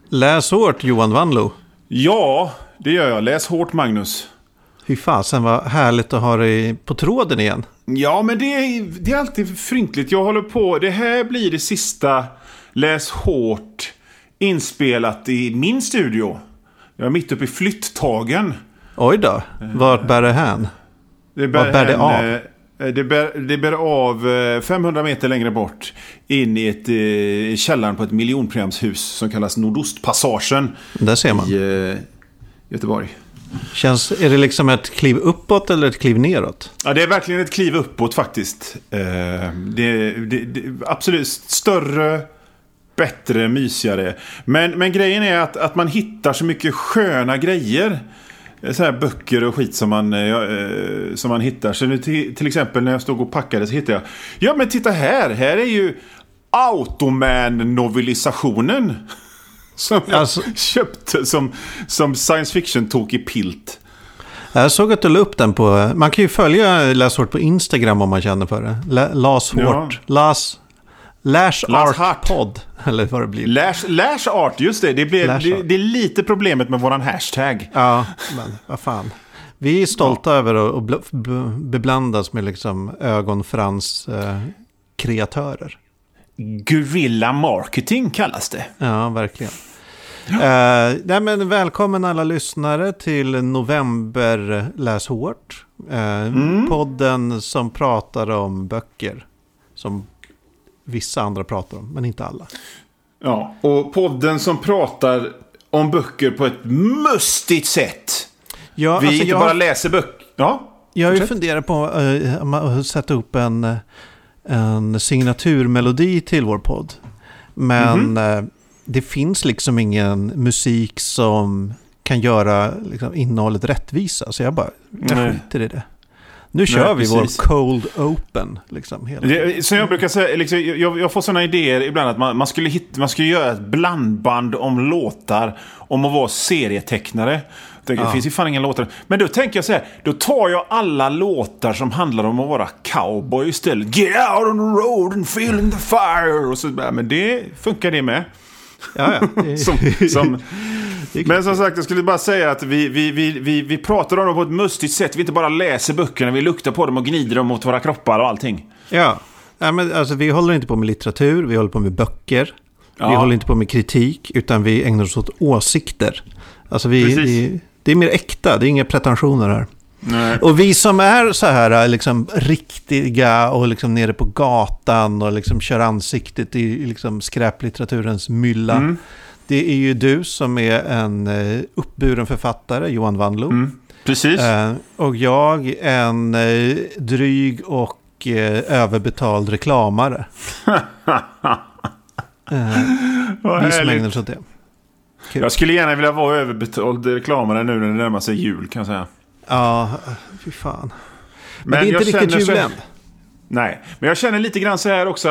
Läs hårt, Johan Wanlo. Ja, det gör jag. Läs hårt, Magnus. Fy fasen, vad härligt att ha dig på tråden igen. Ja, men det är alltid fryntligt. Jag håller på. Det här blir det sista Läs hårt inspelat i min studio. Jag är mitt uppe i flytttagen. Oj då, vart bär det hän? Vart bär det av? Det bär av 500 meter längre bort in i ett källaren på ett miljonprogramshus som kallas Nordostpassagen. Där ser man. I Göteborg. Är det liksom ett kliv uppåt eller ett kliv neråt? Ja, det är verkligen ett kliv uppåt faktiskt. Det absolut större, bättre, mysigare. Men grejen är att man hittar så mycket sköna grejer. Så här böcker och skit som man hittar. Så nu till exempel när jag stod och packade så hittade jag. Ja, men titta här. Här är ju Automan-novelisationen. Som jag köpte som science fiction-tok i pilt. Jag såg att du la upp den på... Man kan ju följa Läs hårt på Instagram om man känner för det. Läs hårt. Ja. Läs art podd. Eller vad det blir. Läs art, just det. Det är lite problemet med våran hashtag. Ja, men vad fan. Vi är stolta över att beblandas med liksom ögonfrans kreatörer. Guerrilla marketing kallas det. Ja, verkligen. Men välkommen alla lyssnare till november Läs hårt. Podden som pratar om böcker. Som vissa andra pratar om, men inte alla. Ja, och podden som pratar om böcker på ett mustigt sätt. Ja, vi inte bara läser böcker. Ja, jag har ju funderat på att sätta upp en signaturmelodi till vår podd. Men det finns liksom ingen musik som kan göra liksom innehållet rättvisa. Så jag skiter i det. Nu kör vi vår cold open. Liksom, så jag brukar säga, liksom, jag får såna idéer ibland att man skulle göra ett blandband om låtar om att vara serietecknare. Det finns ju fan inga låtar. Men då tänker jag så här, då tar jag alla låtar som handlar om att vara cowboy istället. Get out on the road and feeling the fire. Och så, men det funkar det med. Ja. Men som sagt, jag skulle bara säga att vi pratar om dem på ett mustigt sätt. Vi inte bara läser böckerna, vi luktar på dem och gnider dem mot våra kroppar och allting. Ja, men alltså, vi håller inte på med litteratur, vi håller på med böcker. Ja. Vi håller inte på med kritik, utan vi ägnar oss åt åsikter. Alltså det är mer äkta, det är inga pretensioner här. Nej. Och vi som är så här liksom riktiga och liksom nere på gatan och liksom kör ansiktet i liksom skräplitteraturens mylla. Det är ju du som är en uppburen författare, Johan Wanlo. Precis. Och jag en dryg och överbetald reklamare. Vi som ägnar oss åt det. Kul. Jag skulle gärna vilja vara överbetald reklamare nu när det närmar sig jul, kan jag säga. Ja, fy fan. Men det är inte riktigt jul än. Nej, men jag känner lite grann så här också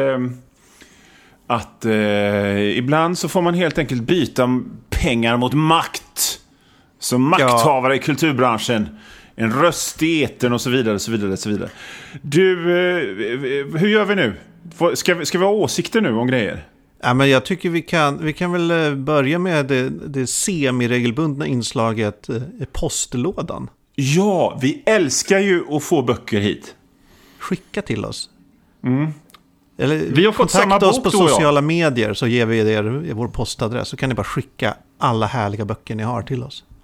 att ibland så får man helt enkelt byta pengar mot makt. Som makthavare i kulturbranschen. En röst i etern och så vidare, så vidare, så vidare. Du, hur gör vi nu? Ska vi ha åsikter nu om grejer? Ja, men jag tycker vi kan väl börja med det semi-regelbundna inslaget postlådan. Ja, vi älskar ju att få böcker hit. Skicka till oss. Eller vi har fått samma bok oss på sociala medier, så ger vi er vår postadress. Så kan ni bara skicka alla härliga böcker ni har till oss.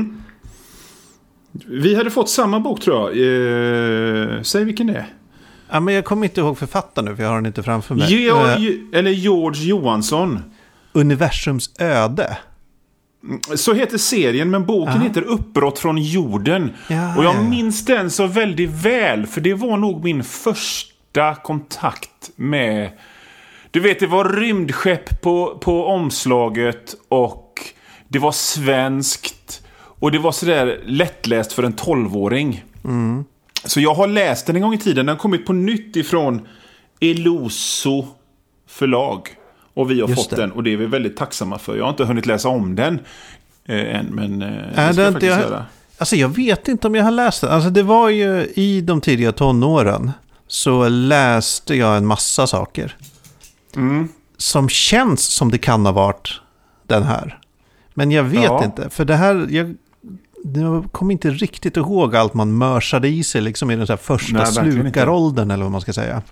Vi hade fått samma bok, tror jag. Säg vilken det är. Ja, men jag kommer inte ihåg författaren nu, för jag har den inte framför mig. Eller George Johansson. Universums öde. Så heter serien, men boken heter Uppbrott från jorden. Och jag minns den så väldigt väl, för det var nog min första kontakt med... Du vet, det var rymdskepp på omslaget och det var svenskt. Och det var sådär lättläst för en 12-åring. Så jag har läst den en gång i tiden. Den har kommit på nytt ifrån Eloso förlag. Och vi har fått den. Och det är vi väldigt tacksamma för. Jag har inte hunnit läsa om den än. Men det ska jag faktiskt göra. Alltså jag vet inte om jag har läst den. Alltså det var ju i de tidiga tonåren. Så läste jag en massa saker. Som känns som det kan ha varit den här. Men jag vet inte. För det här... Jag kommer inte riktigt ihåg allt man mörsade i sig liksom i den så här första slukaråldern eller vad man ska säga.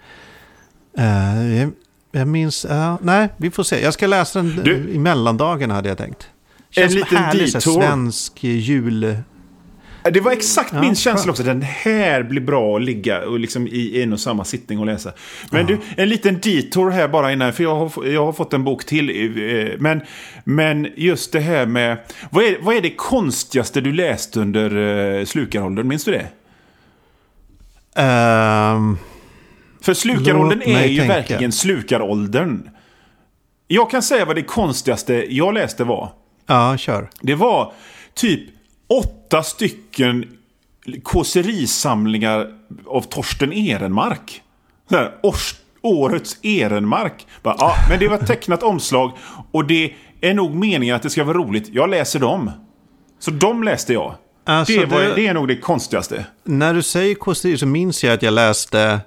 Jag minns... nej, vi får se. Jag ska läsa den i mellandagen hade jag tänkt. Känns en liten härlig, detour. Svensk jul... Det var exakt min känsla också. Den här blir bra att ligga och liksom i en och samma sittning och läsa. Men du, en liten detour här bara innan. För jag har fått en bok till. Men just det här med... Vad är det konstigaste du läst under slukaråldern? Minns du det? För slukaråldern är ju verkligen slukaråldern. Jag kan säga vad det konstigaste jag läste var. Ja, kör. Det var typ 8 stycken kåserisamlingar av Torsten Ehrenmark. Så här, årets Ehrenmark. Men det var tecknat omslag och det är nog meningen att det ska vara roligt. Jag läser dem. Så de läste jag. Alltså det är nog det konstigaste. När du säger kåseri så minns jag att jag läste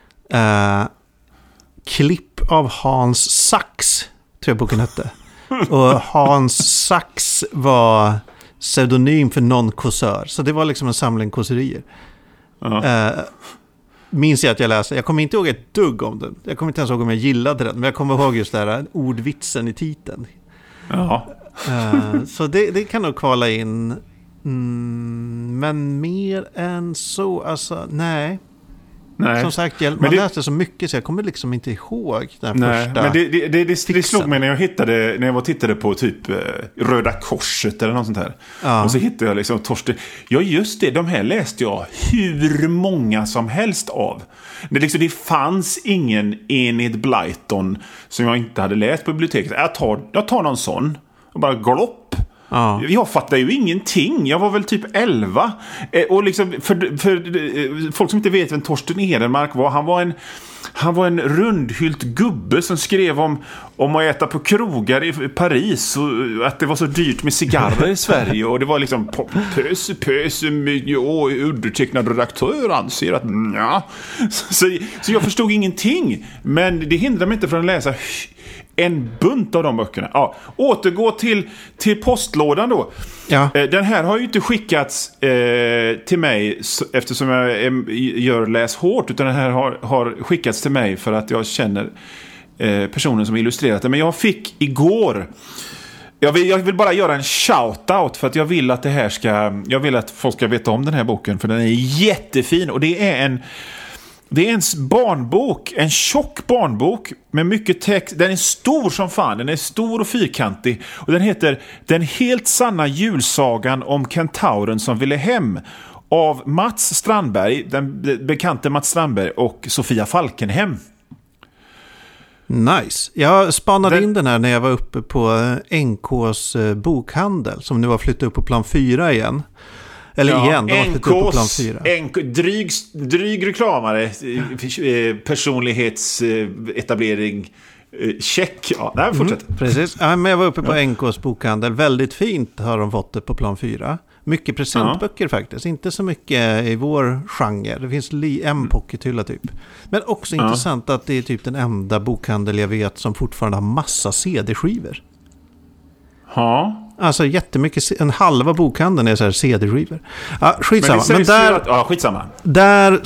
klipp av Hans Sachs, tror jag boken hette. Och Hans Sachs var pseudonym för non-kåsör. Så det var liksom en samling kåserier. Minns jag att jag läste. Jag kommer inte ihåg ett dugg om den. Jag kommer inte ens ihåg om jag gillade den. Men jag kommer ihåg just det här ordvitsen i titeln. Så det kan nog kvala in. Men mer än så, alltså, nej. Som sagt, man läste så mycket så jag kommer liksom inte ihåg den första. Men det slog mig när jag tittade på typ Röda Korset eller något sånt här. Och så hittade jag liksom Torsten. Ja, just det, de här läste jag hur många som helst av. Det fanns ingen Enid Blyton som jag inte hade läst på biblioteket. Jag tar någon sån och bara glopp. Jag fattade ju ingenting. Jag var väl typ 11. Och liksom för folk som inte vet vem Torsten Ehrenmark var, han var en rundhylt gubbe som skrev om att äta på krogar i Paris och att det var så dyrt med cigarrer i Sverige och det var liksom pös och undertecknad redaktör anser att så jag förstod ingenting, men det hindrar mig inte från att läsa en bunt av de böckerna. Återgå till postlådan då. Den här har ju inte skickats till mig eftersom jag gör läs hårt, utan den här har skickats till mig för att jag känner personen som illustrerat det. Men jag fick igår... Jag vill bara göra en shout-out för att jag vill att jag vill att folk ska veta om den här boken, för den är jättefin och det är en barnbok, en tjock barnbok med mycket text. Den är stor som fan, den är stor och fyrkantig och den heter Den helt sanna julsagan om kentauren som ville hem av Mats Strandberg, den bekante Mats Strandberg och Sofia Falkenhem. Nice. Jag spanade in den här när jag var uppe på NKs bokhandel som nu har flyttat upp på plan 4 igen. Eller igen, de har flyttat upp på plan 4. Dryg reklamare, personlighetsetablering, check. Fortsätt. Precis. Men jag var uppe på NKs bokhandel. Väldigt fint har de fått det på plan 4. Mycket presentböcker faktiskt. Inte så mycket i vår genre. Det finns en pockethylla typ. Men också intressant att det är typ den enda bokhandel jag vet som fortfarande har massa CD-skivor. Alltså jättemycket, en halva bokhandeln är så här CD-skivor. Skitsamma. Skitsamma. Där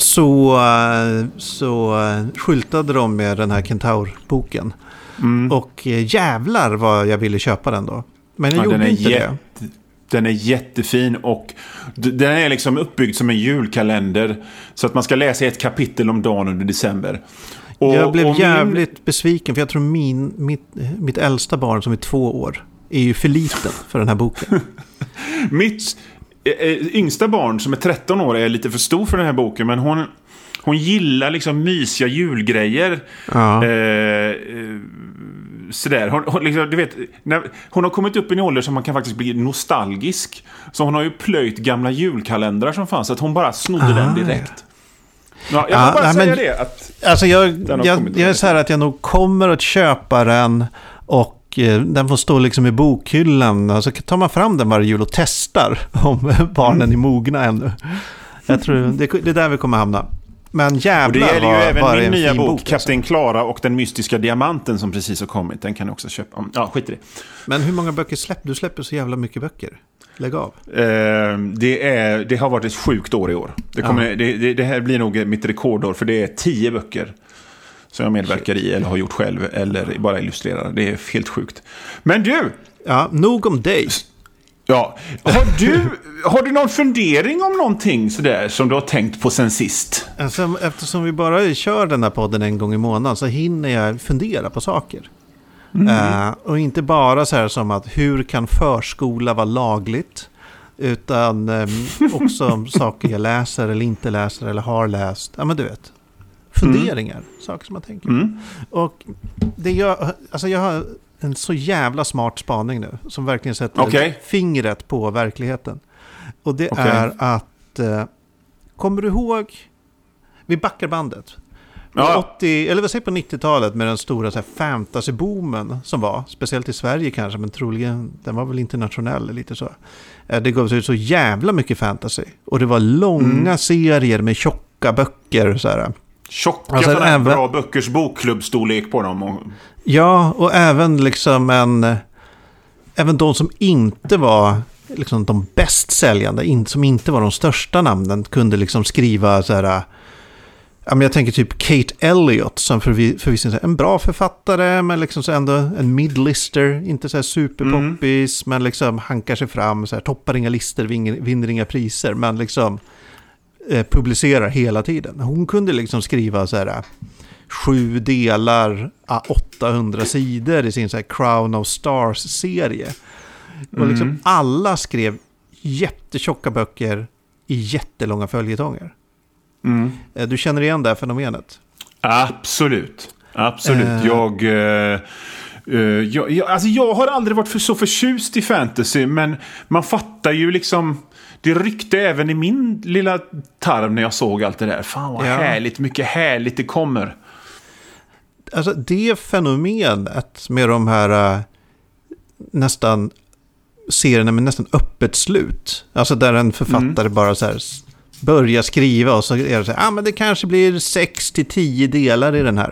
så skyltade de med den här Kentaur-boken. Och jävlar vad jag ville köpa den då. Men jag gjorde inte det. Den är jättefin och den är liksom uppbyggd som en julkalender så att man ska läsa ett kapitel om dagen under december. Jag blev jävligt besviken för jag tror mitt äldsta barn som är 2 år är ju för liten för den här boken. Mitt yngsta barn som är 13 år är lite för stor för den här boken, men hon gillar liksom mysiga julgrejer. Sådär. Hon, liksom, du vet, hon har kommit upp i en ålder som man kan faktiskt bli nostalgisk. Så hon har ju plöjt gamla julkalendrar som fanns, så att hon bara snodde den direkt. Jag kan bara säga det. Alltså jag är så här att jag nog kommer att köpa den och den får stå liksom i bokhyllan och så tar man fram den varje jul och testar om barnen är mogna ännu. Jag tror det är där vi kommer hamna. Men jävlar, och det gäller ju även min nya bok, alltså. Kapten Klara och den mystiska diamanten som precis har kommit. Den kan du också köpa. Ja, skit i det. Men hur många böcker släpper du? Släpper så jävla mycket böcker. Lägg av. Det har varit ett sjukt år i år. Det här blir nog mitt rekordår, för det är 10 böcker som jag medverkar i eller har gjort själv eller bara illustrerar. Det är helt sjukt. Men du! Ja, nog om dig. Ja, har du någon fundering om någonting sådär som du har tänkt på sen sist? Alltså, eftersom vi bara kör den här podden en gång i månaden så hinner jag fundera på saker. Och inte bara så här som att hur kan förskola vara lagligt, utan också saker jag läser eller inte läser eller har läst. Ja, men du vet. Funderingar, saker som man tänker. Och det jag har en så jävla smart spaning nu som verkligen sätter fingret på verkligheten. Och det är att kommer du ihåg, vi backar bandet. Ja. 80, eller vad säger på 90-talet med den stora så här fantasy-boomen som var, speciellt i Sverige kanske, men troligen den var väl internationell lite så. Det gav ut så jävla mycket fantasy och det var långa serier med tjocka böcker så här. Tjocka, alltså, även bra böckers bokklubbstorlek på dem. Ja, och även liksom även de som inte var liksom de bäst säljande, som inte var de största namnen, kunde liksom skriva så här. Jag tänker typ Kate Elliott som förvisso en bra författare, men liksom så ändå en midlister, inte så här superpoppis, men liksom hankar sig fram, så här, toppar inga lister, vinner inga priser, men liksom publicerar hela tiden. Hon kunde liksom skriva så här 7 delar, 800 sidor i sin så här Crown of Stars-serie. Och liksom alla skrev jättetjocka böcker i jättelånga följetonger. Du känner igen det här fenomenet? Absolut. Jag har aldrig varit så förtjust i fantasy, men man fattar ju liksom, det ryckte även i min lilla tarm när jag såg allt det där. Fan vad härligt, mycket härligt det kommer. Alltså det fenomenet med de här nästan serierna med nästan öppet slut. Alltså där en författare bara så här börjar skriva och så är det så här, men det kanske blir 6-10 delar i den här.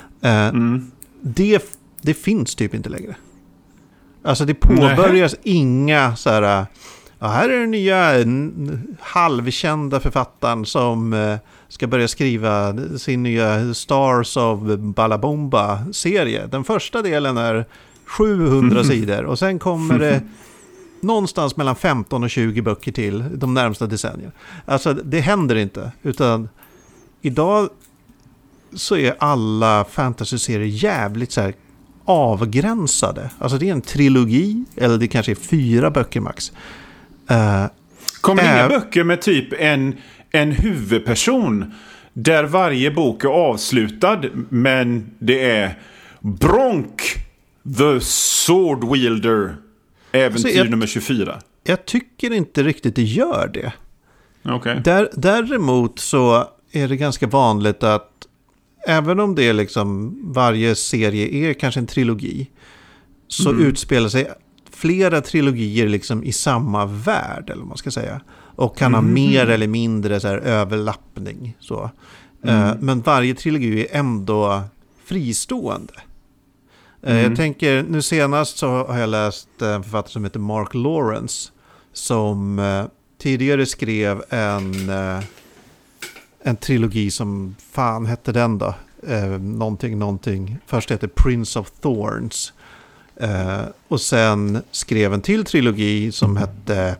Det finns typ inte längre. Alltså det påbörjas inga så här, här är den nya halvkända författaren som ska börja skriva sin nya Stars of Balabomba-serie. Den första delen är 700 sidor och sen kommer det någonstans mellan 15 och 20 böcker till de närmsta decennierna. Alltså det händer inte, utan idag så är alla fantasy-serier jävligt så här avgränsade. Alltså det är en trilogi, eller det kanske är 4 böcker max. Kommer inga böcker med typ en huvudperson där varje bok är avslutad, men det är Bronk the Sword Wielder, äventyr alltså nummer 24. Jag tycker inte riktigt det gör det. Okay. Däremot så är det ganska vanligt att även om det är liksom varje serie är kanske en trilogi, så utspelar sig flera trilogier liksom i samma värld, eller vad man ska säga, och kan ha mer eller mindre så här överlappning så. Men varje trilogi är ändå fristående. Jag tänker, nu senast så har jag läst en författare som heter Mark Lawrence, som tidigare skrev en trilogi som fan hette den då? Någonting. Först heter Prince of Thorns. Och sen skrev en till trilogi som hette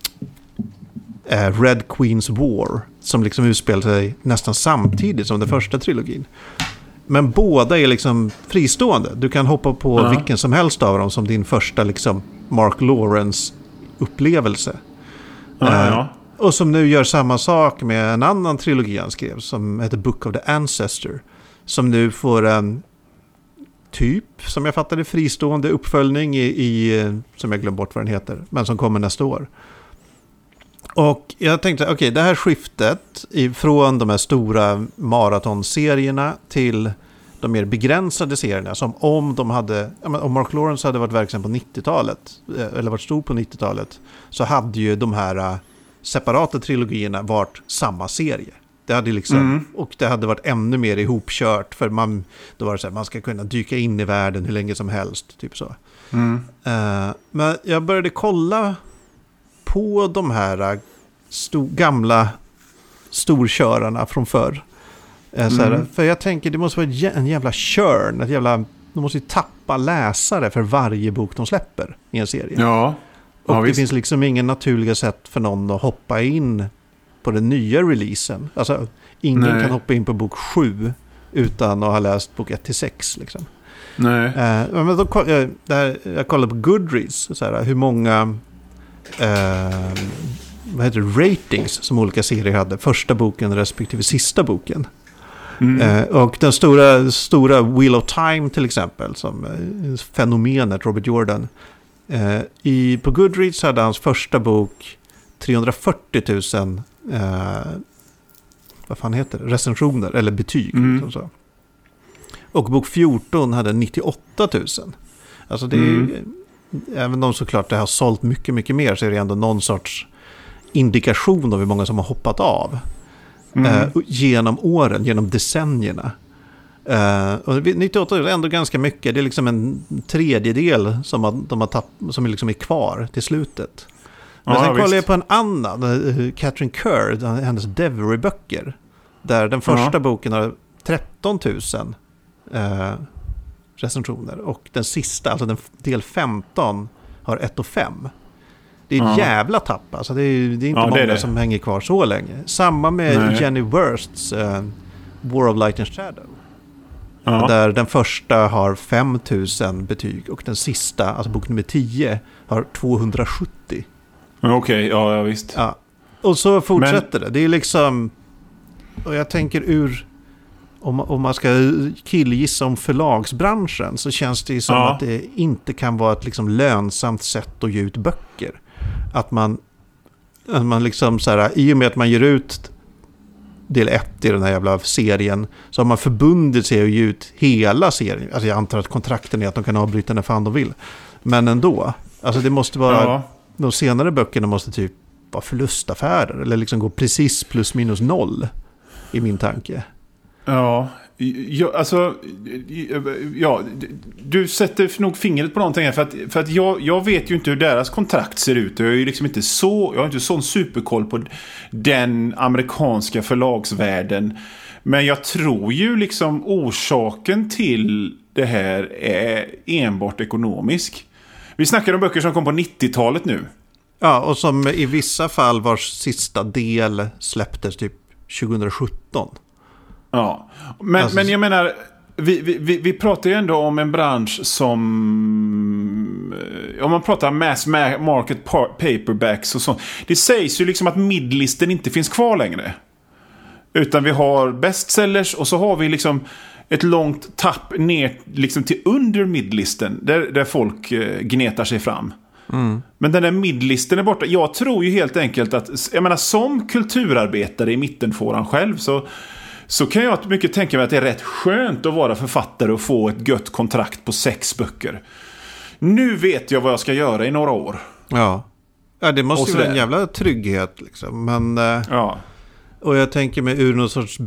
Red Queen's War, som liksom utspelar sig nästan samtidigt som den första trilogin. Men båda är liksom fristående. Du kan hoppa på vilken som helst av dem som din första liksom Mark Lawrence upplevelse. Och som nu gör samma sak med en annan trilogi han skrev som heter Book of the Ancestor, som nu får en typ, som jag fattade, fristående uppföljning i som jag glömt bort vad den heter, men som kommer nästa år. Och jag tänkte, okej, det här skiftet från de här stora maratonserierna till de mer begränsade serierna, som om Mark Lawrence hade varit verksam på 90-talet, eller varit stor på 90-talet, så hade ju de här separata trilogierna varit samma serie. Det hade liksom, och det hade varit ännu mer ihopkört, för då var det så här, man ska kunna dyka in i världen hur länge som helst, typ så. Men jag började kolla på de här gamla storkörarna från förr. Så här, för jag tänker, det måste vara en jävla churn, de måste ju tappa läsare för varje bok de släpper i en serie. Ja. Och det finns liksom ingen naturliga sätt för någon att hoppa in på den nya releasen. Alltså, ingen kan hoppa in på bok 7 utan att ha läst bok 1-6 liksom. Nej. Men då, jag kollade på Goodreads så här, hur många vad heter det, ratings som olika serier hade. Första boken respektive sista boken. Och den stora Wheel of Time till exempel, som fenomenet Robert Jordan. På Goodreads hade hans första bok 340 000 vad fan heter det? Recensioner eller betyg. Så. Och bok 14 hade 98 000. Alltså det är, även om såklart det har sålt mycket, mycket mer, så är det ändå någon sorts indikation av hur många som har hoppat av genom åren, genom decennierna. Och 98 är ändå ganska mycket. Det är liksom en tredjedel som de har som liksom är kvar till slutet. Men sen kollar jag på en annan, Catherine Kerr, hennes Devery-böcker, där den första boken har 13 000 recensioner, och den sista, alltså den del 15, har 1,5. Det är ett jävla tapp. Alltså det är inte många som hänger kvar så länge. Samma med Jenny Wursts War of Light and Shadow. Där den första har 5 000 betyg och den sista, alltså bok nummer 10, har 270. Okej, ja visst. Ja. Och så fortsätter det. Det är liksom, och jag tänker om man ska killgissa om förlagsbranschen, så känns det ju som att det inte kan vara ett liksom lönsamt sätt att ge ut böcker. Att man liksom så här, i och med att man ger ut del 1 i den här jävla serien, så har man förbundit sig att ge ut hela serien. Alltså jag antar att kontrakten är att de kan avbryta när fan de vill. Men ändå. Alltså det måste vara, de senare böckerna måste typ vara förlustaffärer, eller liksom gå precis plus minus noll i min tanke. Du sätter nog fingret på någonting här, för att jag vet ju inte hur deras kontrakt ser ut. Jag är ju liksom inte jag har inte sån superkoll på den amerikanska förlagsvärlden. Men jag tror ju liksom orsaken till det här är enbart ekonomisk. Vi snackar om böcker som kom på 90-talet nu. Ja, och som i vissa fall vars sista del släpptes typ 2017. Ja, men jag menar, vi pratar ju ändå om en bransch som, om man pratar mass market paperbacks och sånt, det sägs ju liksom att midlisten inte finns kvar längre. Utan vi har bestsellers, och så har vi liksom ett långt tapp ner liksom till under midlisten, där folk gnetar sig fram. Men den där midlisten är borta. Jag tror ju helt enkelt att, jag menar, som kulturarbetare i mittenfåran själv, så kan jag mycket tänka mig att det är rätt skönt att vara författare och få ett gött kontrakt på 6 böcker. Nu vet jag vad jag ska göra i några år. Ja, det måste ju vara en jävla trygghet liksom. Men, och jag tänker mig ur någon sorts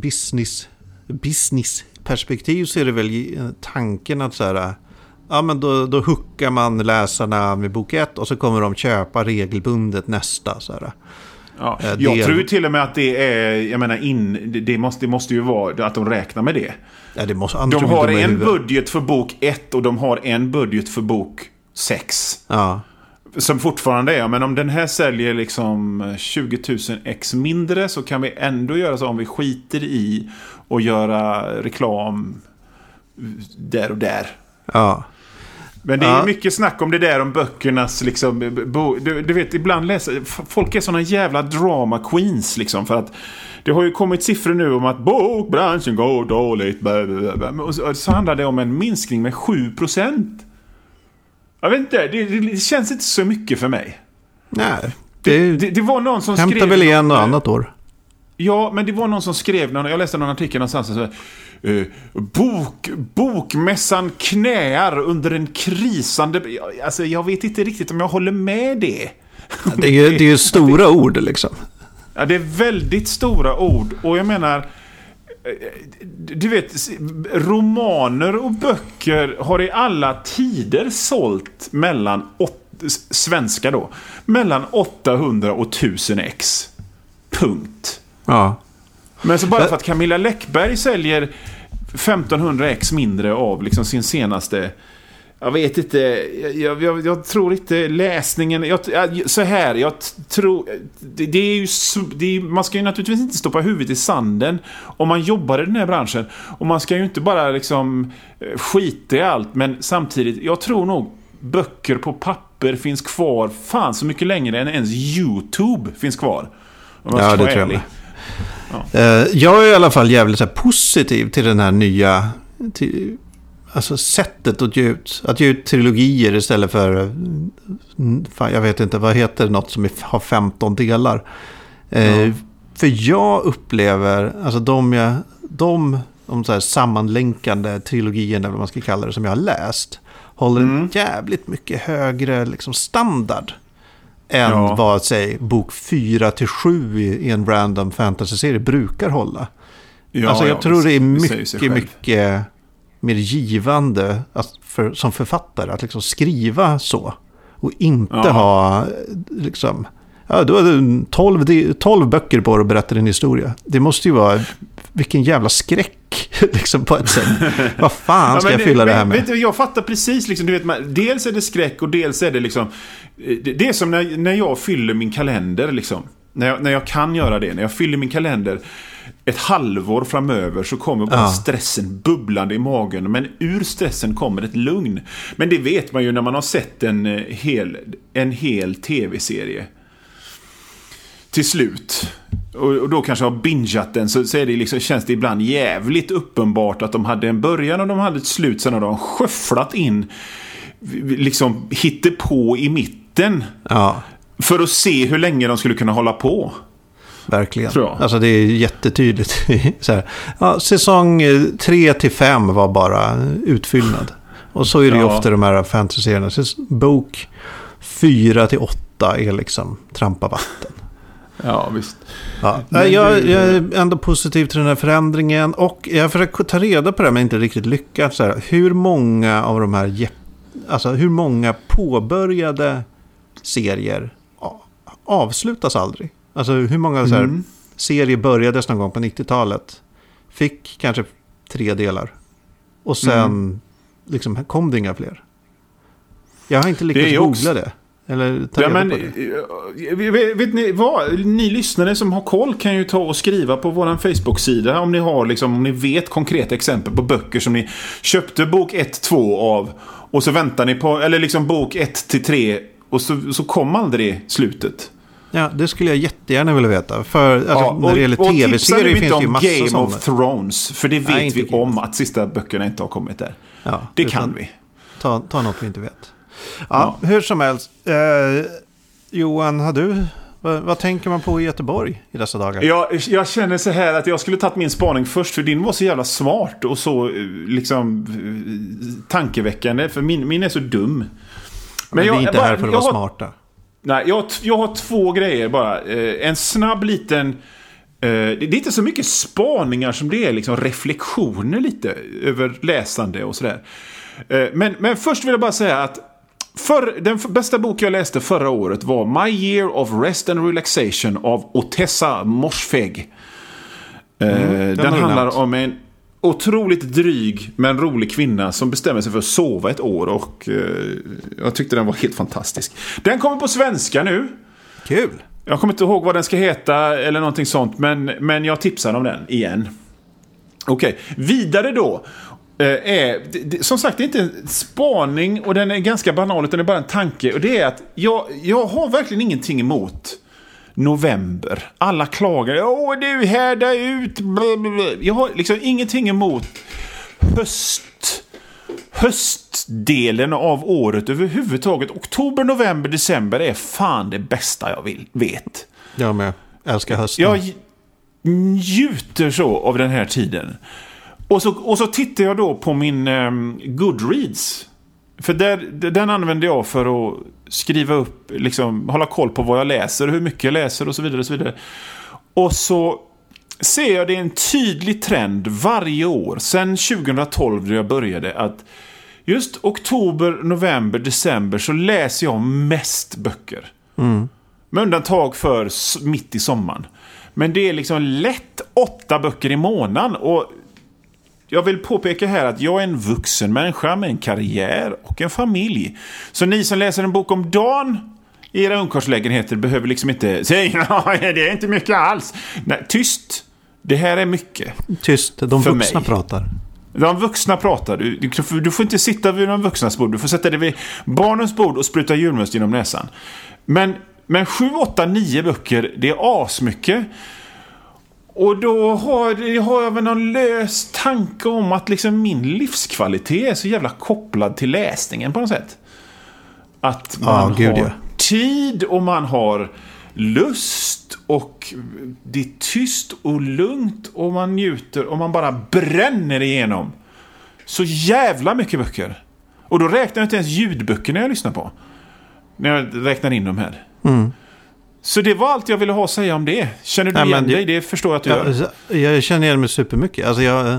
business-perspektiv, så är det väl tanken att så här, ja, men då hookar man läsarna med bok 1, och så kommer de köpa regelbundet nästa så här. Ja, jag tror ju till och med att det är, jag menar, det måste ju vara att de räknar med det. Ja, det måste, de har en budget för bok 1 och de har en budget för bok 6. Ja. Som fortfarande är, men om den här säljer liksom 20 000 ex mindre, så kan vi ändå göra så om vi skiter i och göra reklam där och där. Ja. Men det är mycket snack om det där, om böckernas liksom, du vet, ibland läser folk är såna jävla drama queens liksom, för att det har ju kommit siffror nu om att bokbranschen går dåligt, och så handlar det om en minskning med 7%. Jag vet inte, det känns inte så mycket för mig. Nej, det var någon som skrev, hämtar väl igen något annat år. Ja, men det var någon som skrev, jag läste någon artikel någonstans, så bokmässan knäar under en krisande, alltså jag vet inte riktigt om jag håller med det. Det är ju stora ord liksom. Ja, det är väldigt stora ord. Och jag menar, du vet, romaner och böcker har i alla tider sålt svenska då, mellan 800 och 1000 ex. Punkt. Ja. Men så bara för att Camilla Läckberg säljer 1500 ex mindre av liksom sin senaste, jag vet inte, jag tror inte läsningen, jag tror det är ju man ska ju naturligtvis inte stoppa huvudet i sanden om man jobbar i den här branschen, och man ska ju inte bara liksom skita i allt, men samtidigt, jag tror nog böcker på papper finns kvar fan så mycket längre än ens YouTube finns kvar. Ja, det tror jag. Ja. Jag är i alla fall jävligt så här positiv till den här nya alltså sättet att ge ut trilogier istället för jag vet inte, vad heter något som har 15 delar. För jag upplever alltså de så här sammanlänkande trilogierna, vad man ska kalla det, som jag har läst, håller en jävligt mycket högre liksom standard än vad, säg, bok 4-7 i en random fantasy-serie brukar hålla. Alltså jag tror det är mycket mer givande som författare att liksom skriva så och inte ha liksom, du har 12 böcker på att berätta din historia. Det måste ju vara vilken jävla skräck liksom på ett sätt. Vad fan ska jag fylla det här med? Vet du, jag fattar precis liksom, du vet, dels är det skräck och dels är det liksom, det är som när jag fyller min kalender liksom. När jag kan göra det, när jag fyller min kalender ett halvår framöver, så kommer bara stressen bubblande i magen, men ur stressen kommer ett lugn. Men det vet man ju när man har sett en hel tv-serie till slut, och då kanske har bingeat den, så är det liksom, känns det ibland jävligt uppenbart att de hade en början och de hade ett slut, sen har de sköfflat in liksom hittepå i mitten för att se hur länge de skulle kunna hålla på. Verkligen. Alltså det är jättetydligt. Så här, säsong 3-5 var bara utfyllnad. Och så är det ju ofta de här fantasyerna. Bok 4-8 är liksom trampa vatten. Ja, visst. Ja. Jag är ändå positiv till den här förändringen. Och jag försöker ta reda på det, men inte riktigt lyckats. Så här, hur många av de här, alltså hur många påbörjade serier avslutas aldrig? Alltså hur många så här serier börjades någon gång på 90-talet, fick kanske 3 delar och sen liksom kom det inga fler. Jag har inte lyckats googla det. Eller ta reda på det. Vet ni vad? Ni lyssnare som har koll kan ju ta och skriva på våran Facebook-sida om ni har liksom, om ni vet konkreta exempel på böcker som ni köpte bok 1-2 av, och så väntar ni på, eller liksom bok 1-3 och så kom aldrig slutet. Ja, det skulle jag jättegärna vilja veta. För alltså, när det gäller tv-serier finns det ju massa Game sådana. of Thrones, för det vet vi om att sista böckerna inte har kommit där. Ja, det kan vi. Ta något vi inte vet. Ja, hur som helst. Johan, vad tänker man på i Göteborg i dessa dagar? Jag känner så här att jag skulle tagit min spaning först, för din var så jävla smart och så liksom tankeväckande, för min är så dum. Men vi är inte här för att vara smarta. Nej, jag har 2 grejer bara. En snabb liten... det är inte så mycket spaningar som det är liksom reflektioner lite över läsande och sådär. Men först vill jag bara säga att den bästa bok jag läste förra året var My Year of Rest and Relaxation av Otessa Moshfegh. Den handlar om en otroligt dryg men rolig kvinna som bestämmer sig för att sova ett år, och jag tyckte den var helt fantastisk. Den kommer på svenska nu. Kul. Jag kommer inte ihåg vad den ska heta eller någonting sånt, men jag tipsar om den igen. Okej, vidare då. Som sagt, det är inte en spaning och den är ganska banal, utan det är bara en tanke, och det är att jag har verkligen ingenting emot november. Alla klagar, du härdar ut, blablabla. Jag har liksom ingenting emot höstdelen av året överhuvudtaget. Oktober, november, december är fan det bästa jag vet. Jag med. Älskar hösten. Jag njuter så av den här tiden. Och så tittar jag då på min Goodreads. För den använder jag för att skriva upp, liksom, hålla koll på vad jag läser, hur mycket jag läser och så vidare och så vidare. Och så ser jag det en tydlig trend varje år sedan 2012 då jag började, att just oktober, november, december så läser jag mest böcker. Med undantag för mitt i sommaren. Men det är liksom lätt 8 böcker i månaden. Och jag vill påpeka här att jag är en vuxen människa med en karriär och en familj. Så ni som läser en bok om dagen i era ungkarlslägenheter behöver liksom inte säga det är inte mycket alls. Nej, tyst. Det här är mycket. Tyst, de vuxna pratar. De vuxna pratar. Du får inte sitta vid de vuxnas bord. Du får sätta dig vid barnens bord och spruta julmust genom näsan. Men 7, 8, 9 böcker, det är asmycket. Och då har jag väl någon lös tanke om att liksom min livskvalitet är så jävla kopplad till läsningen på något sätt. Att man har tid och man har lust och det är tyst och lugnt och man njuter och man bara bränner igenom så jävla mycket böcker. Och då räknar jag inte ens ljudböckerna jag lyssnar på när jag räknar in dem här. Så det var allt jag ville ha att säga om det. Känner du igen dig? Det förstår jag att du gör. Jag känner igen mig supermycket. Alltså jag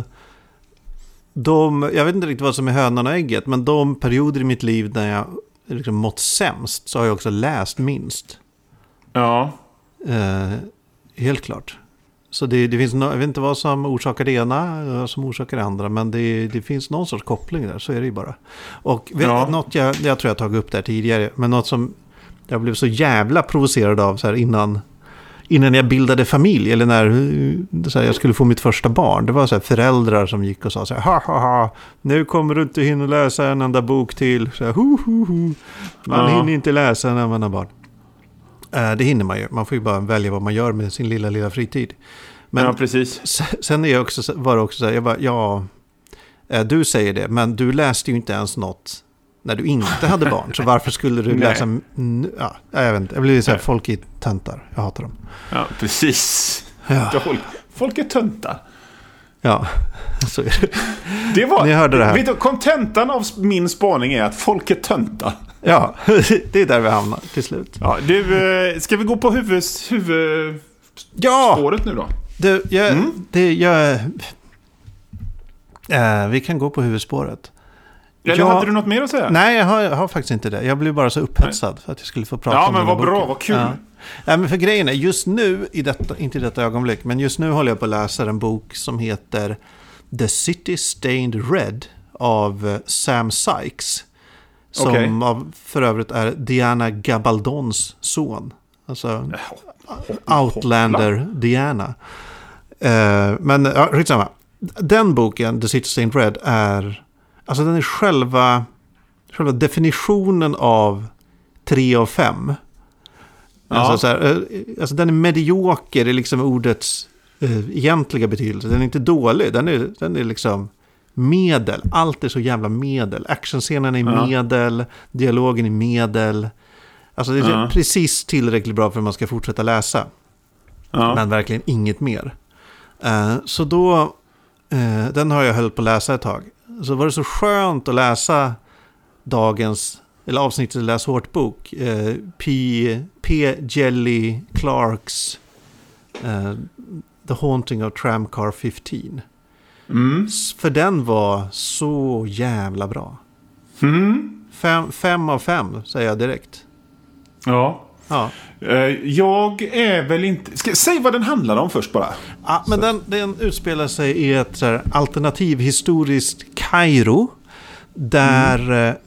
vet inte riktigt vad som är hönan och ägget, men de perioder i mitt liv när jag liksom mått sämst så har jag också läst minst. Ja. Helt klart. Så det finns jag vet inte vad som orsakar det ena och vad som orsakar det andra, men det finns någon sorts koppling där, så är det ju bara. Och något jag tror jag tagit upp där tidigare, men något som jag blev så jävla provocerad av så här innan jag bildade familj, eller när så här, jag skulle få mitt första barn. Det var så här föräldrar som gick och sa så här, ha, nu kommer du inte hinna läsa en enda bok till. Så här, Man hinner inte läsa när man har barn. Det hinner man ju. Man får ju bara välja vad man gör med sin lilla fritid. Men ja, precis. Sen var det också så här, du säger det, men du läste ju inte ens något när du inte hade barn. Så varför skulle du läsa... Ja, jag vet inte. Jag blir så här, folk är töntar. Jag hatar dem. Ja, precis. Ja. Folk är töntar. Ja, så är det. Ni hörde det här. Vet du, kontentan av min spaning är att folk är töntar. Ja, det är där vi hamnar till slut. Ja, du, ska vi gå på huvudspåret nu då? Vi kan gå på huvudspåret. Eller hade du något mer att säga? Nej, jag har faktiskt inte det. Jag blev bara så upphetsad för att jag skulle få prata om det. Ja, men vad bra, vad kul. Ja, men för grejen är, just nu, inte i detta ögonblick, men just nu håller jag på att läsa en bok som heter The City Stained Red av Sam Sykes. Som för övrigt är Diana Gabaldons son. Alltså Outlander Diana. Men skitsamma. Den boken, The City Stained Red, alltså den är själva definitionen av 3 av 5. Alltså, alltså den är medioker i liksom ordets egentliga betydelse. Den är inte dålig. Den är liksom medel. Allt är så jävla medel. Actionscenen är medel. Dialogen är medel. Alltså det är precis tillräckligt bra för att man ska fortsätta läsa. Men verkligen inget mer. Så då den har jag höll på att läsa ett tag. Så var det så skönt att läsa avsnittet Läs hårt bok. P. Jelly Clarks The Haunting of Tramcar 15. För den var så jävla bra. 5 av 5 säger jag direkt. Ja. Jag är väl inte... Säg vad den handlar om först bara. Ja, men den utspelar sig i ett så här, alternativ historiskt Kairo. Där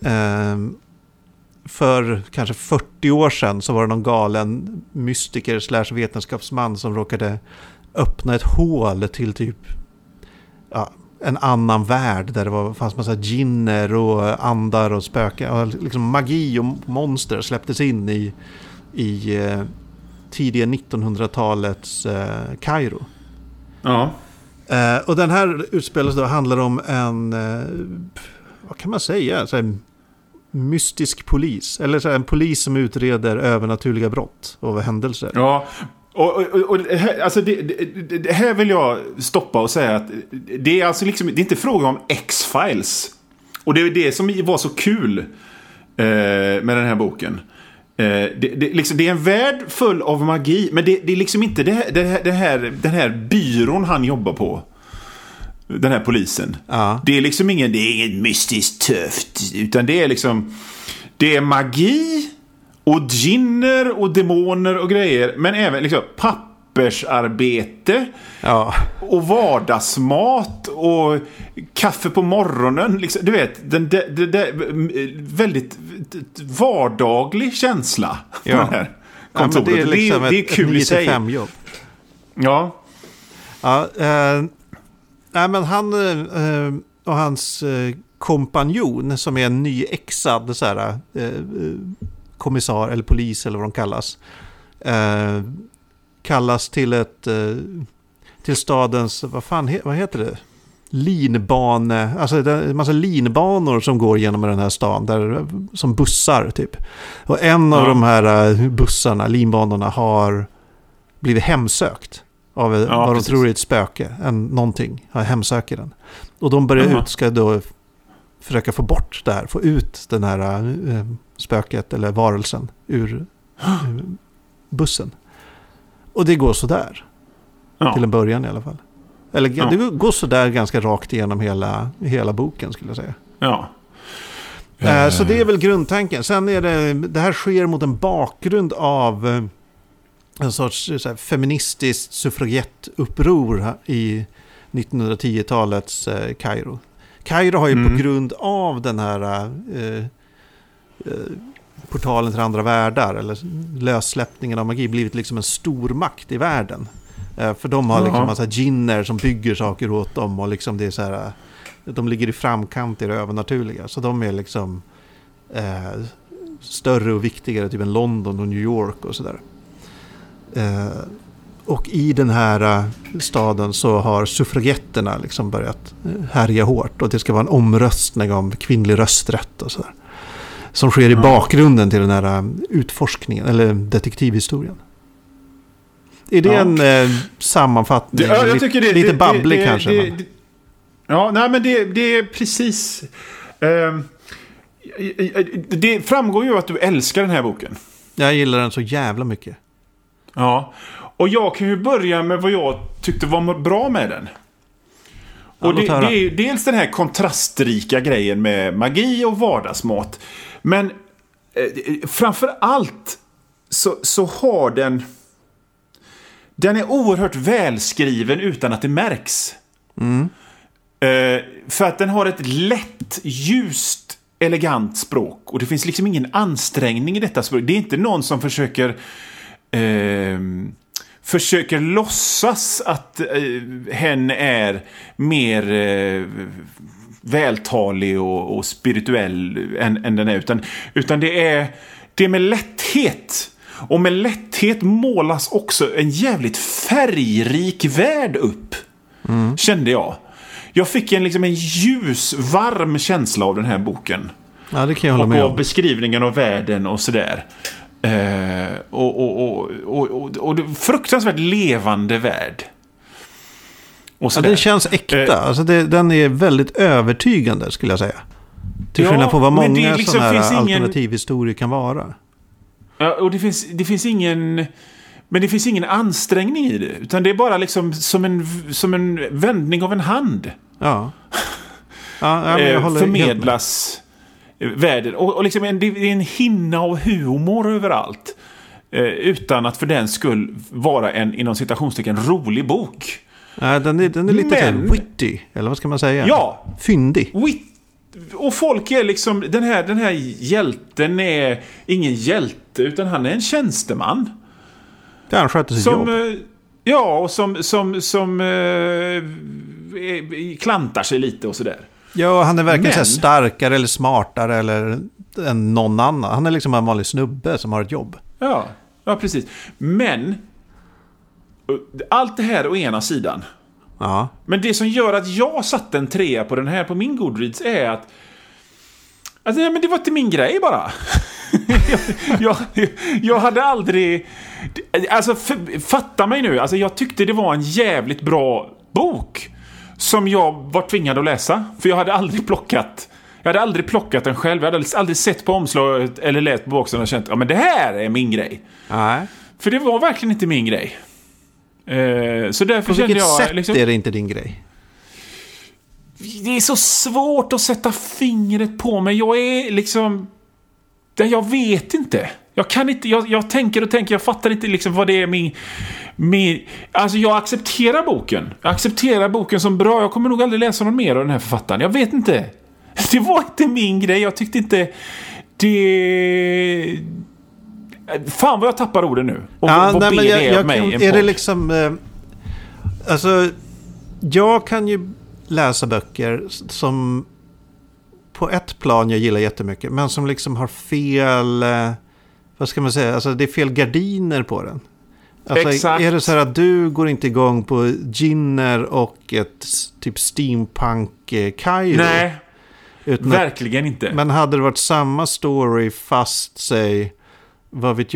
för kanske 40 år sedan så var det någon galen mystiker / vetenskapsman som råkade öppna ett hål till typ en annan värld där det fanns massa djinner och andar och spöken och liksom magi och monster släpptes in i tidiga 1900-talets Kairo. Ja. Och den här utspelas då handlar om en vad kan man säga, så här, mystisk polis eller så här, en polis som utreder övernaturliga brott och händelser. Ja. Och alltså det här vill jag stoppa och säga att det är alltså liksom, det är inte fråga om X-Files. Och det är det som var så kul med den här boken. Det är en värld full av magi, men det är liksom inte den här byrån han jobbar på. Den här polisen. Ja. Det är liksom inget mystiskt tufft, utan det är liksom det är magi och djinner och demoner och grejer, men även liksom pappersarbete och vardagsmat och kaffe på morgonen liksom, du vet, det väldigt vardaglig känsla på den här kontoret. Det är liksom det är kul i sig. 9-5 jobb. Ja. Nej, men han och hans kompanjon som är en nyexad så här, kommissar eller polis eller vad de kallas till till stadens, vad heter det? Linbane, alltså det är en massa linbanor som går genom den här stan som bussar typ. Och en av de här bussarna, linbanorna, har blivit hemsökt av vad de tror är ett spöke, någonting har hemsöker den. Och de ska då försöka få bort det här, få ut den här spöket eller varelsen ur bussen. Och det går så där. Till en början i alla fall. Eller det går så där ganska rakt igenom hela boken, skulle jag säga. Ja. Så det är väl grundtanken. Sen är det här sker mot en bakgrund av en sorts så här, feministiskt suffragettuppror i 1910-talets Kairo. Kairo har ju på grund av den här portalen till andra världar eller lössläppningen av magi blivit liksom en stormakt i världen. För de har liksom massa djinner som bygger saker åt dem och liksom det är så här, de ligger i framkant i det övernaturliga. Så de är liksom större och viktigare typ än London och New York och sådär. Och i den här staden så har suffragetterna liksom börjat härja hårt och det ska vara en omröstning om kvinnlig rösträtt och sådär. Som sker i bakgrunden till den här utforskningen eller detektivhistorien. Är det en sammanfattning? Jag tycker det, lite babblig kanske. Nej, men det är precis... det framgår ju att du älskar den här boken. Jag gillar den så jävla mycket. Ja, och jag kan ju börja med vad jag tyckte var bra med den. Och det är ju dels den här kontrastrika grejen med magi och vardagsmat. Men framför allt så har den är oerhört välskriven utan att det märks. För att den har ett lätt, ljust, elegant språk. Och det finns liksom ingen ansträngning i detta språk. Det är inte någon som försöker låtsas att hen är mer vältalig och spirituell än den är. Utan det är med lätthet. Och med lätthet målas också en jävligt färgrik värld upp. Kände jag. Jag fick en ljus, varm känsla av den här boken. Ja, det kan jag hålla med om. Och av beskrivningen av världen och sådär. Och fruktansvärt levande värld. Och ja, det känns äkta. Alltså den är väldigt övertygande, skulle jag säga. Till skillnad på vad många sådana här alternativhistorier kan vara. Ja, och det finns ingen... Men det finns ingen ansträngning i det. Utan det är bara liksom som en vändning av en hand. Ja. Jag håller förmedlas världen. Och liksom det är en hinna av humor överallt. Utan att för den skull vara en, inom citationstecken, rolig bok. Ja, den är lite witty. Eller vad ska man säga? Ja. Fyndig. Och folk är liksom... Den här hjälten är ingen hjälte, utan han är en tjänsteman. Ja, han sköter sitt jobb. Ja, och som klantar sig lite och sådär. Ja, han är verkligen så starkare eller smartare än någon annan. Han är liksom en vanlig snubbe som har ett jobb. Ja, precis. Men allt det här å ena sidan. Ja. Men det som gör att jag satte en 3 på den här på min Goodreads är att men det var inte min grej bara. jag hade aldrig... Alltså, fatta mig nu. Alltså, jag tyckte det var en jävligt bra bok som jag var tvingad att läsa. För jag hade aldrig plockat Jag hade aldrig plockat den själv. Jag hade aldrig sett på omslaget eller läst på boxen och känt, men det här är min grej. Nej. För det var verkligen inte min grej. Så därför kände jag... På vilket sätt är det inte din grej? Det är så svårt att sätta fingret på mig. Jag är liksom... Jag vet inte. Jag kan inte... Jag tänker och tänker. Jag fattar inte liksom vad det är min... Alltså jag accepterar boken. Jag accepterar boken som bra. Jag kommer nog aldrig läsa någon mer av den här författaren. Jag vet inte. Det var inte min grej. Jag tyckte inte... Det... Fan vad jag tappar orden nu. Och vad ber det av mig? Är det liksom... alltså... Jag kan ju läsa böcker som... på ett plan jag gillar jättemycket, men som liksom har fel, vad ska man säga, alltså det är fel gardiner på den. Alltså, exakt. Är det så här att du går inte igång på ginner och ett typ steampunk Kairo? Nej, verkligen inte. Men hade det varit samma story fast, säg, vad vet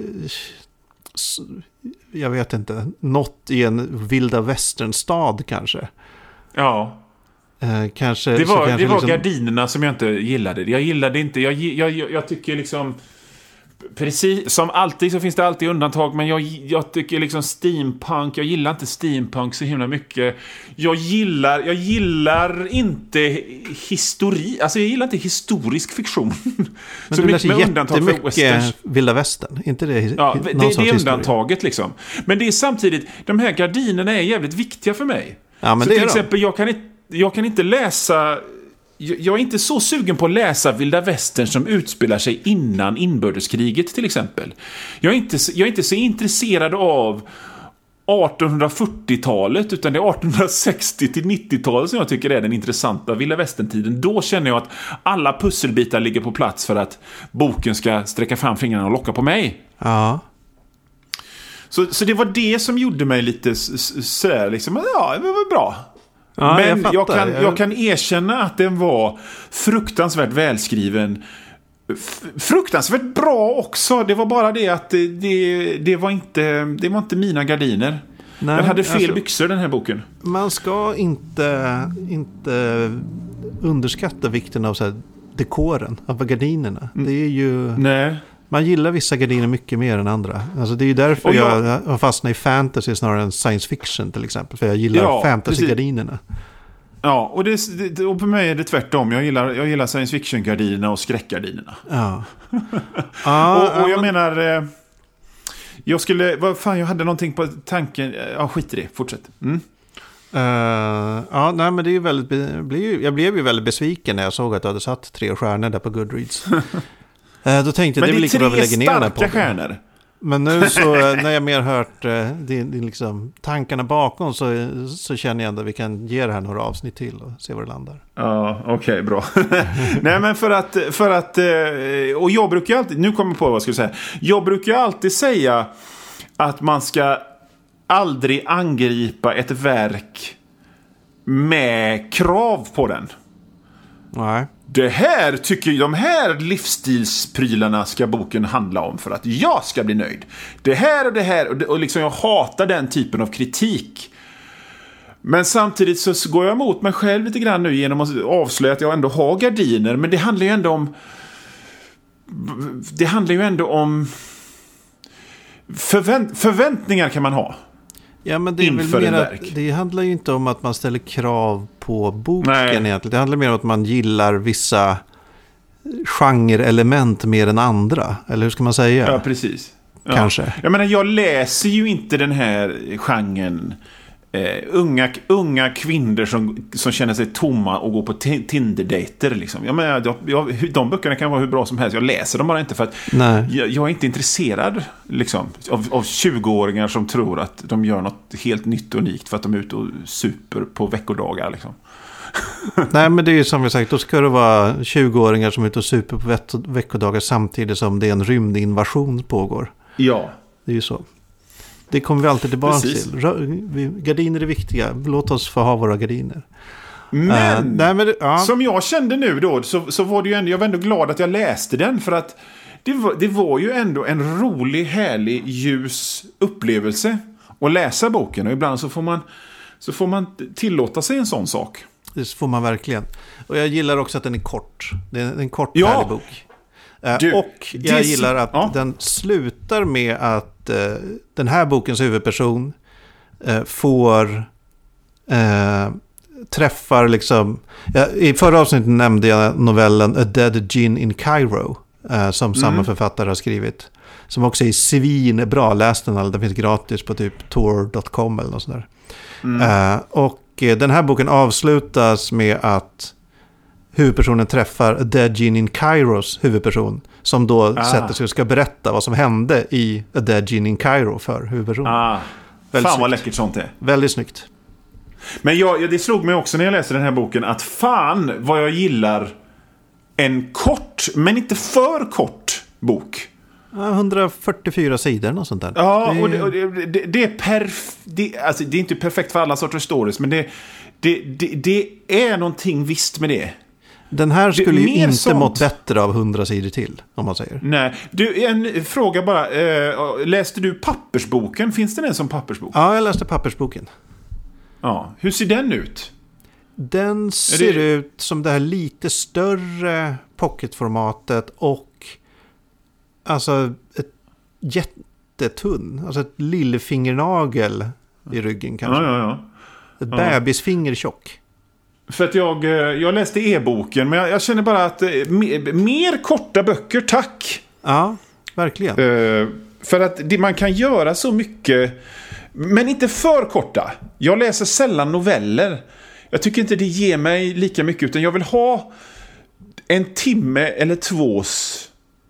jag vet inte, något i en vilda västernstad kanske. Ja. Kanske, det var liksom... gardinerna som jag inte gillade. Jag gillade inte. Jag tycker liksom, precis som alltid så finns det alltid undantag, men jag tycker liksom steampunk, jag gillar inte steampunk så himla mycket. Jag gillar inte histori, alltså jag gillar inte historisk fiktion. Men så du läser jättemycket vilda västern, inte det? Ja, det är undantaget liksom. Men det är samtidigt, de här gardinerna är jävligt viktiga för mig. Ja, men så det till är exempel jag kan inte läsa... Jag är inte så sugen på att läsa vilda västern som utspelar sig innan inbördeskriget till exempel. Jag är inte så intresserad av 1840-talet, utan det är 1860 till 90-talet som jag tycker är den intressanta vilda västern-tiden. Då känner jag att alla pusselbitar ligger på plats för att boken ska sträcka fram fingrarna och locka på mig. Ja. Så det var det som gjorde mig lite sådär liksom, ja, det var bra. Ja, men jag kan erkänna att den var fruktansvärt välskriven. Fruktansvärt bra också. Det var bara det att det var inte mina gardiner. Nej, den hade fel byxor, den här boken. Man ska inte underskatta vikten av så här dekoren, av gardinerna. Det är ju... Nej. Man gillar vissa gardiner mycket mer än andra. Alltså det är ju därför jag har fastnat i fantasy snarare än science fiction till exempel. För jag gillar fantasy-gardinerna. Ja, och för mig är det tvärtom. Jag gillar science fiction-gardinerna och skräckgardinerna. Ja. och jag menar... jag hade någonting på tanken. Ja, skit i det. Fortsätt. Nej, men det är ju väldigt... Jag blev ju väldigt besviken när jag såg att du hade satt 3 stjärnor där på Goodreads. Då tänkte jag, det är lika bra att lägga ner den här podden. Stjärnor. Men nu så när jag mer hört din liksom, tankarna bakom så känner jag ändå att vi kan ge det här några avsnitt till och se var det landar. Ja, okej, bra. Nej, men för att och jag brukar alltid, nu kommer jag på vad jag skulle säga. Jag brukar alltid säga att man ska aldrig angripa ett verk med krav på den. Nej. Det här tycker de här livsstilsprylarna ska boken handla om för att jag ska bli nöjd. Det här och det här och liksom jag hatar den typen av kritik. Men samtidigt så går jag emot mig själv lite grann nu genom att avslöja att jag ändå har gardiner, men det handlar ju ändå om förväntningar kan man ha. Ja, men det är väl mer att, det handlar ju inte om att man ställer krav på boken egentligen. Det handlar mer om att man gillar vissa genre-element mer än andra. Eller hur ska man säga? Ja, precis. Kanske. Ja. Jag menar, jag läser ju inte den här genren unga kvinnor som känner sig tomma och går på Tinder-dejter liksom. Jag menar, de böckerna kan vara hur bra som helst. Jag läser dem bara inte för att jag är inte intresserad liksom, av 20-åringar som tror att de gör något helt nytt och unikt för att de är ute och super på veckodagar liksom. Nej, men det är ju som vi sagt, då ska det vara 20-åringar som är ute och super på veckodagar samtidigt som det är en rymdinvasion pågår. Ja. Det är ju så. Det kommer vi alltid tillbaka till. Gardiner är viktiga. Låt oss få ha våra gardiner. Men, som jag kände nu då, så var det ju ändå, jag var ändå glad att jag läste den, för att det var ju ändå en rolig, härlig, ljus upplevelse att läsa boken. Och ibland så får man tillåta sig en sån sak. det får man verkligen. Och jag gillar också att den är kort. Det är en kort härlig bok. Och jag gillar att den slutar med att den här bokens huvudperson får träffar liksom... I förra avsnittet nämnde jag novellen A Dead Gin in Cairo som samma författare har skrivit. Som också är svinbra. Läs den, den finns gratis på typ tor.com eller något sånt där. Och den här boken avslutas med att huvudpersonen träffar A Dead Gin in Cairos huvudperson som då sätter sig och ska berätta vad som hände i A Dead Gin in Cairo för huvudpersonen. Fan vad läckert sånt är. Väldigt snyggt. Men det slog mig också när jag läste den här boken att fan vad jag gillar en kort, men inte för kort bok. 144 sidor och sånt där. Ja, och det är alltså det är inte perfekt för alla sorters stories, men det är någonting visst med det. Den här skulle ju inte mått bättre av 100 sidor till, om man säger. Nej, en fråga bara. Läste du pappersboken? Finns det en som pappersbok? Ja, jag läste pappersboken. Ja, hur ser den ut? Den ser ut som det här lite större pocketformatet och alltså ett jättetunn, alltså ett lillfingernagel i ryggen kanske. Ja. Ett bebisfinger tjock. För att jag läste e-boken, men jag känner bara att mer korta böcker, tack. Ja, verkligen. För att man kan göra så mycket, men inte för korta. Jag läser sällan noveller. Jag tycker inte det ger mig lika mycket, utan jag vill ha en timme eller tvås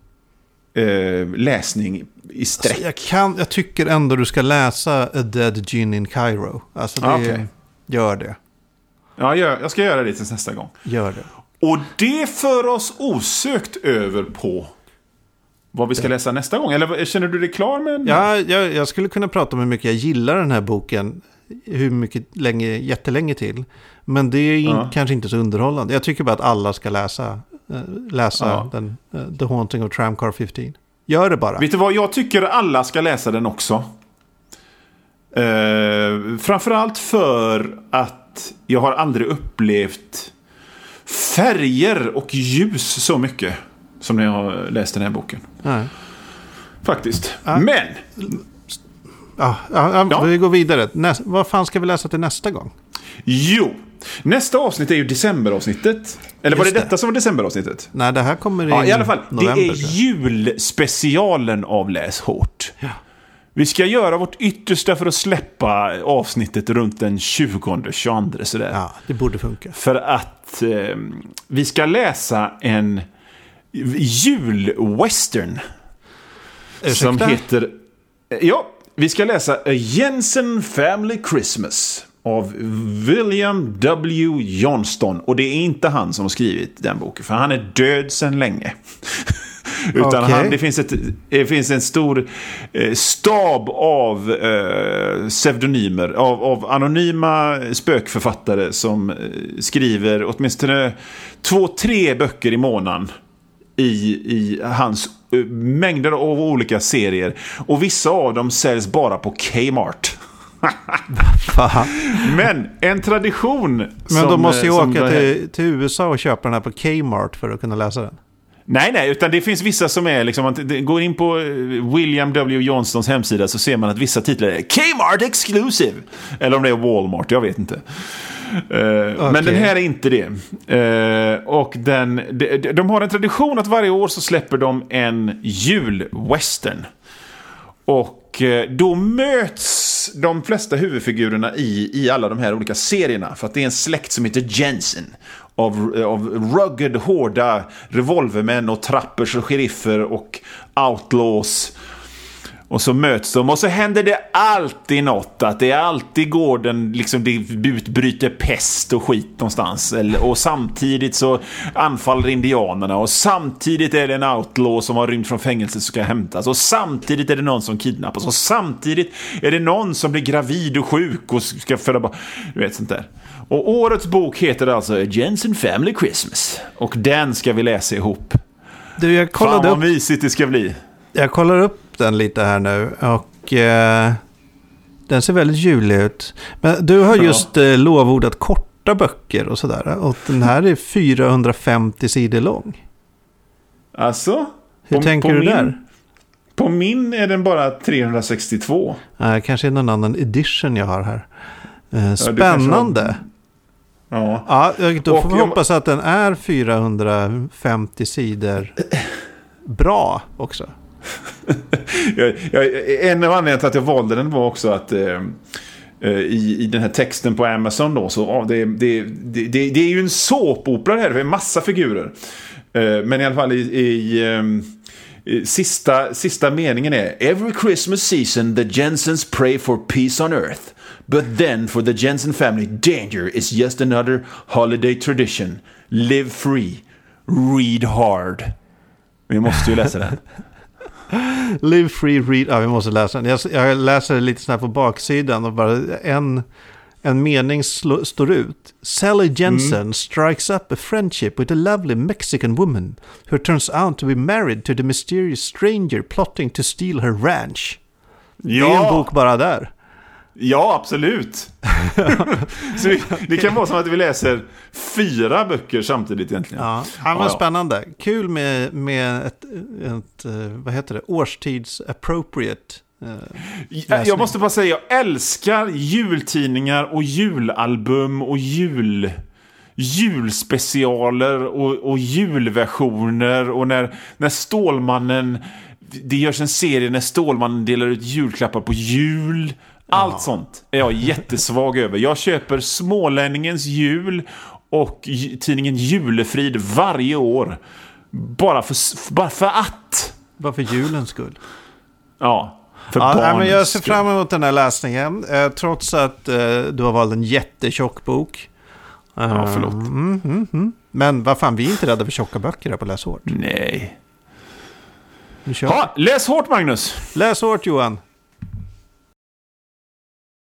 läsning i sträck. Alltså jag tycker ändå du ska läsa A Dead Gin in Cairo. Alltså gör det. Ja, jag ska göra det tills nästa gång. Gör det. Och det för oss osökt över på vad vi ska läsa nästa gång. Eller känner du dig klar med den? Ja, jag skulle kunna prata om hur mycket jag gillar den här boken. Hur mycket jättelänge till. Men det är kanske inte så underhållande. Jag tycker bara att alla ska läsa den, The Haunting of Tramcar 15. Gör det bara. Vet du vad, jag tycker alla ska läsa den också. Framförallt för att jag har aldrig upplevt färger och ljus så mycket som när jag har läst den här boken. Nej. Faktiskt. Men vi går vidare. Vad fan ska vi läsa till nästa gång? Jo, nästa avsnitt är ju decemberavsnittet. Eller var det detta som var decemberavsnittet? Nej, det här kommer i alla fall, november. Det är julspecialen av Läs hårt. Ja. Vi ska göra vårt yttersta för att släppa avsnittet runt den 20-22 sådär. Ja, det borde funka. För att vi ska läsa en julwestern som heter... Ja, vi ska läsa A Jensen Family Christmas av William W. Johnston. Och det är inte han som har skrivit den boken, för han är död sedan länge. Utan det finns en stor stab av pseudonymer, av anonyma spökförfattare som skriver åtminstone 2-3 böcker i månaden i hans mängder av olika serier. Och vissa av dem säljs bara på Kmart. Men en tradition. Men då måste jag åka till USA och köpa den här på Kmart för att kunna läsa den. Nej, utan det finns vissa som är liksom, att går in på William W. Johnstons hemsida så ser man att vissa titlar är Kmart Exclusive. Eller om det är Walmart, jag vet inte. Okay. Men den här är inte det. Och de har en tradition att varje år så släpper de en julwestern. Och då möts de flesta huvudfigurerna i alla de här olika serierna. För att det är en släkt som heter Jensen. Av rugged, hårda revolvermän och trappers och sheriffer och outlaws. Och så möts de och så händer det alltid något. Att det alltid går det utbryter pest och skit någonstans. Och samtidigt så anfaller indianerna. Och samtidigt är det en outlaw som har rymt från fängelset som ska hämtas. Och samtidigt är det någon som kidnappas. Och samtidigt är det någon som blir gravid och sjuk och ska föda barn. Du vet sånt där. Och årets bok heter alltså Jensen Family Christmas. Och den ska vi läsa ihop. Du, jag kollade fan vad mysigt det ska bli. Jag kollar upp den lite här nu och den ser väldigt julig ut. Men du har just lovordat korta korta böcker och sådär. Och den här är 450 sidor lång. Alltså? Hur tänker du där? På min är den bara 362. Kanske är någon annan edition jag har här. Spännande. Ja, då får vi hoppas att den är 450 sidor bra också. En av anledningarna till att jag valde den var också att i den här texten på Amazon då, så det är ju en såpopera här, det är massa figurer. Men i alla fall sista meningen är: Every Christmas season the Jensens pray for peace on earth, but then for the Jensen family danger is just another holiday tradition. Live free, read hard. Vi måste ju läsa den. Live free, read. Ja, vi måste läsa den. Jag läser lite snabbt på baksidan och bara en mening står ut. Sally Jensen strikes up a friendship with a lovely Mexican woman who turns out to be married to the mysterious stranger plotting to steal her ranch. Ja. Det är en bok bara där. Ja, absolut. Så det kan vara som att vi läser 4 böcker samtidigt egentligen. Ja, men spännande. Kul med ett vad heter det? Årstids appropriate läsning. Jag måste bara säga, jag älskar jultidningar och julalbum och julspecialer och julversioner, och när Stålmannen, det görs en serie när Stålmannen delar ut julklappar på jul. Allt sånt är jag jättesvag över. Jag köper Smålänningens jul och tidningen Julefrid varje år. Bara för julens skull. Ja, för barnens men jag ser skull. fram emot den här läsningen. Trots att du har valt en jättetjock bok. Ja, förlåt. Men vad fan, vi är inte rädda för tjocka böcker här på Läs hårt. Nej. Läs hårt, Magnus. Läs hårt, Johan.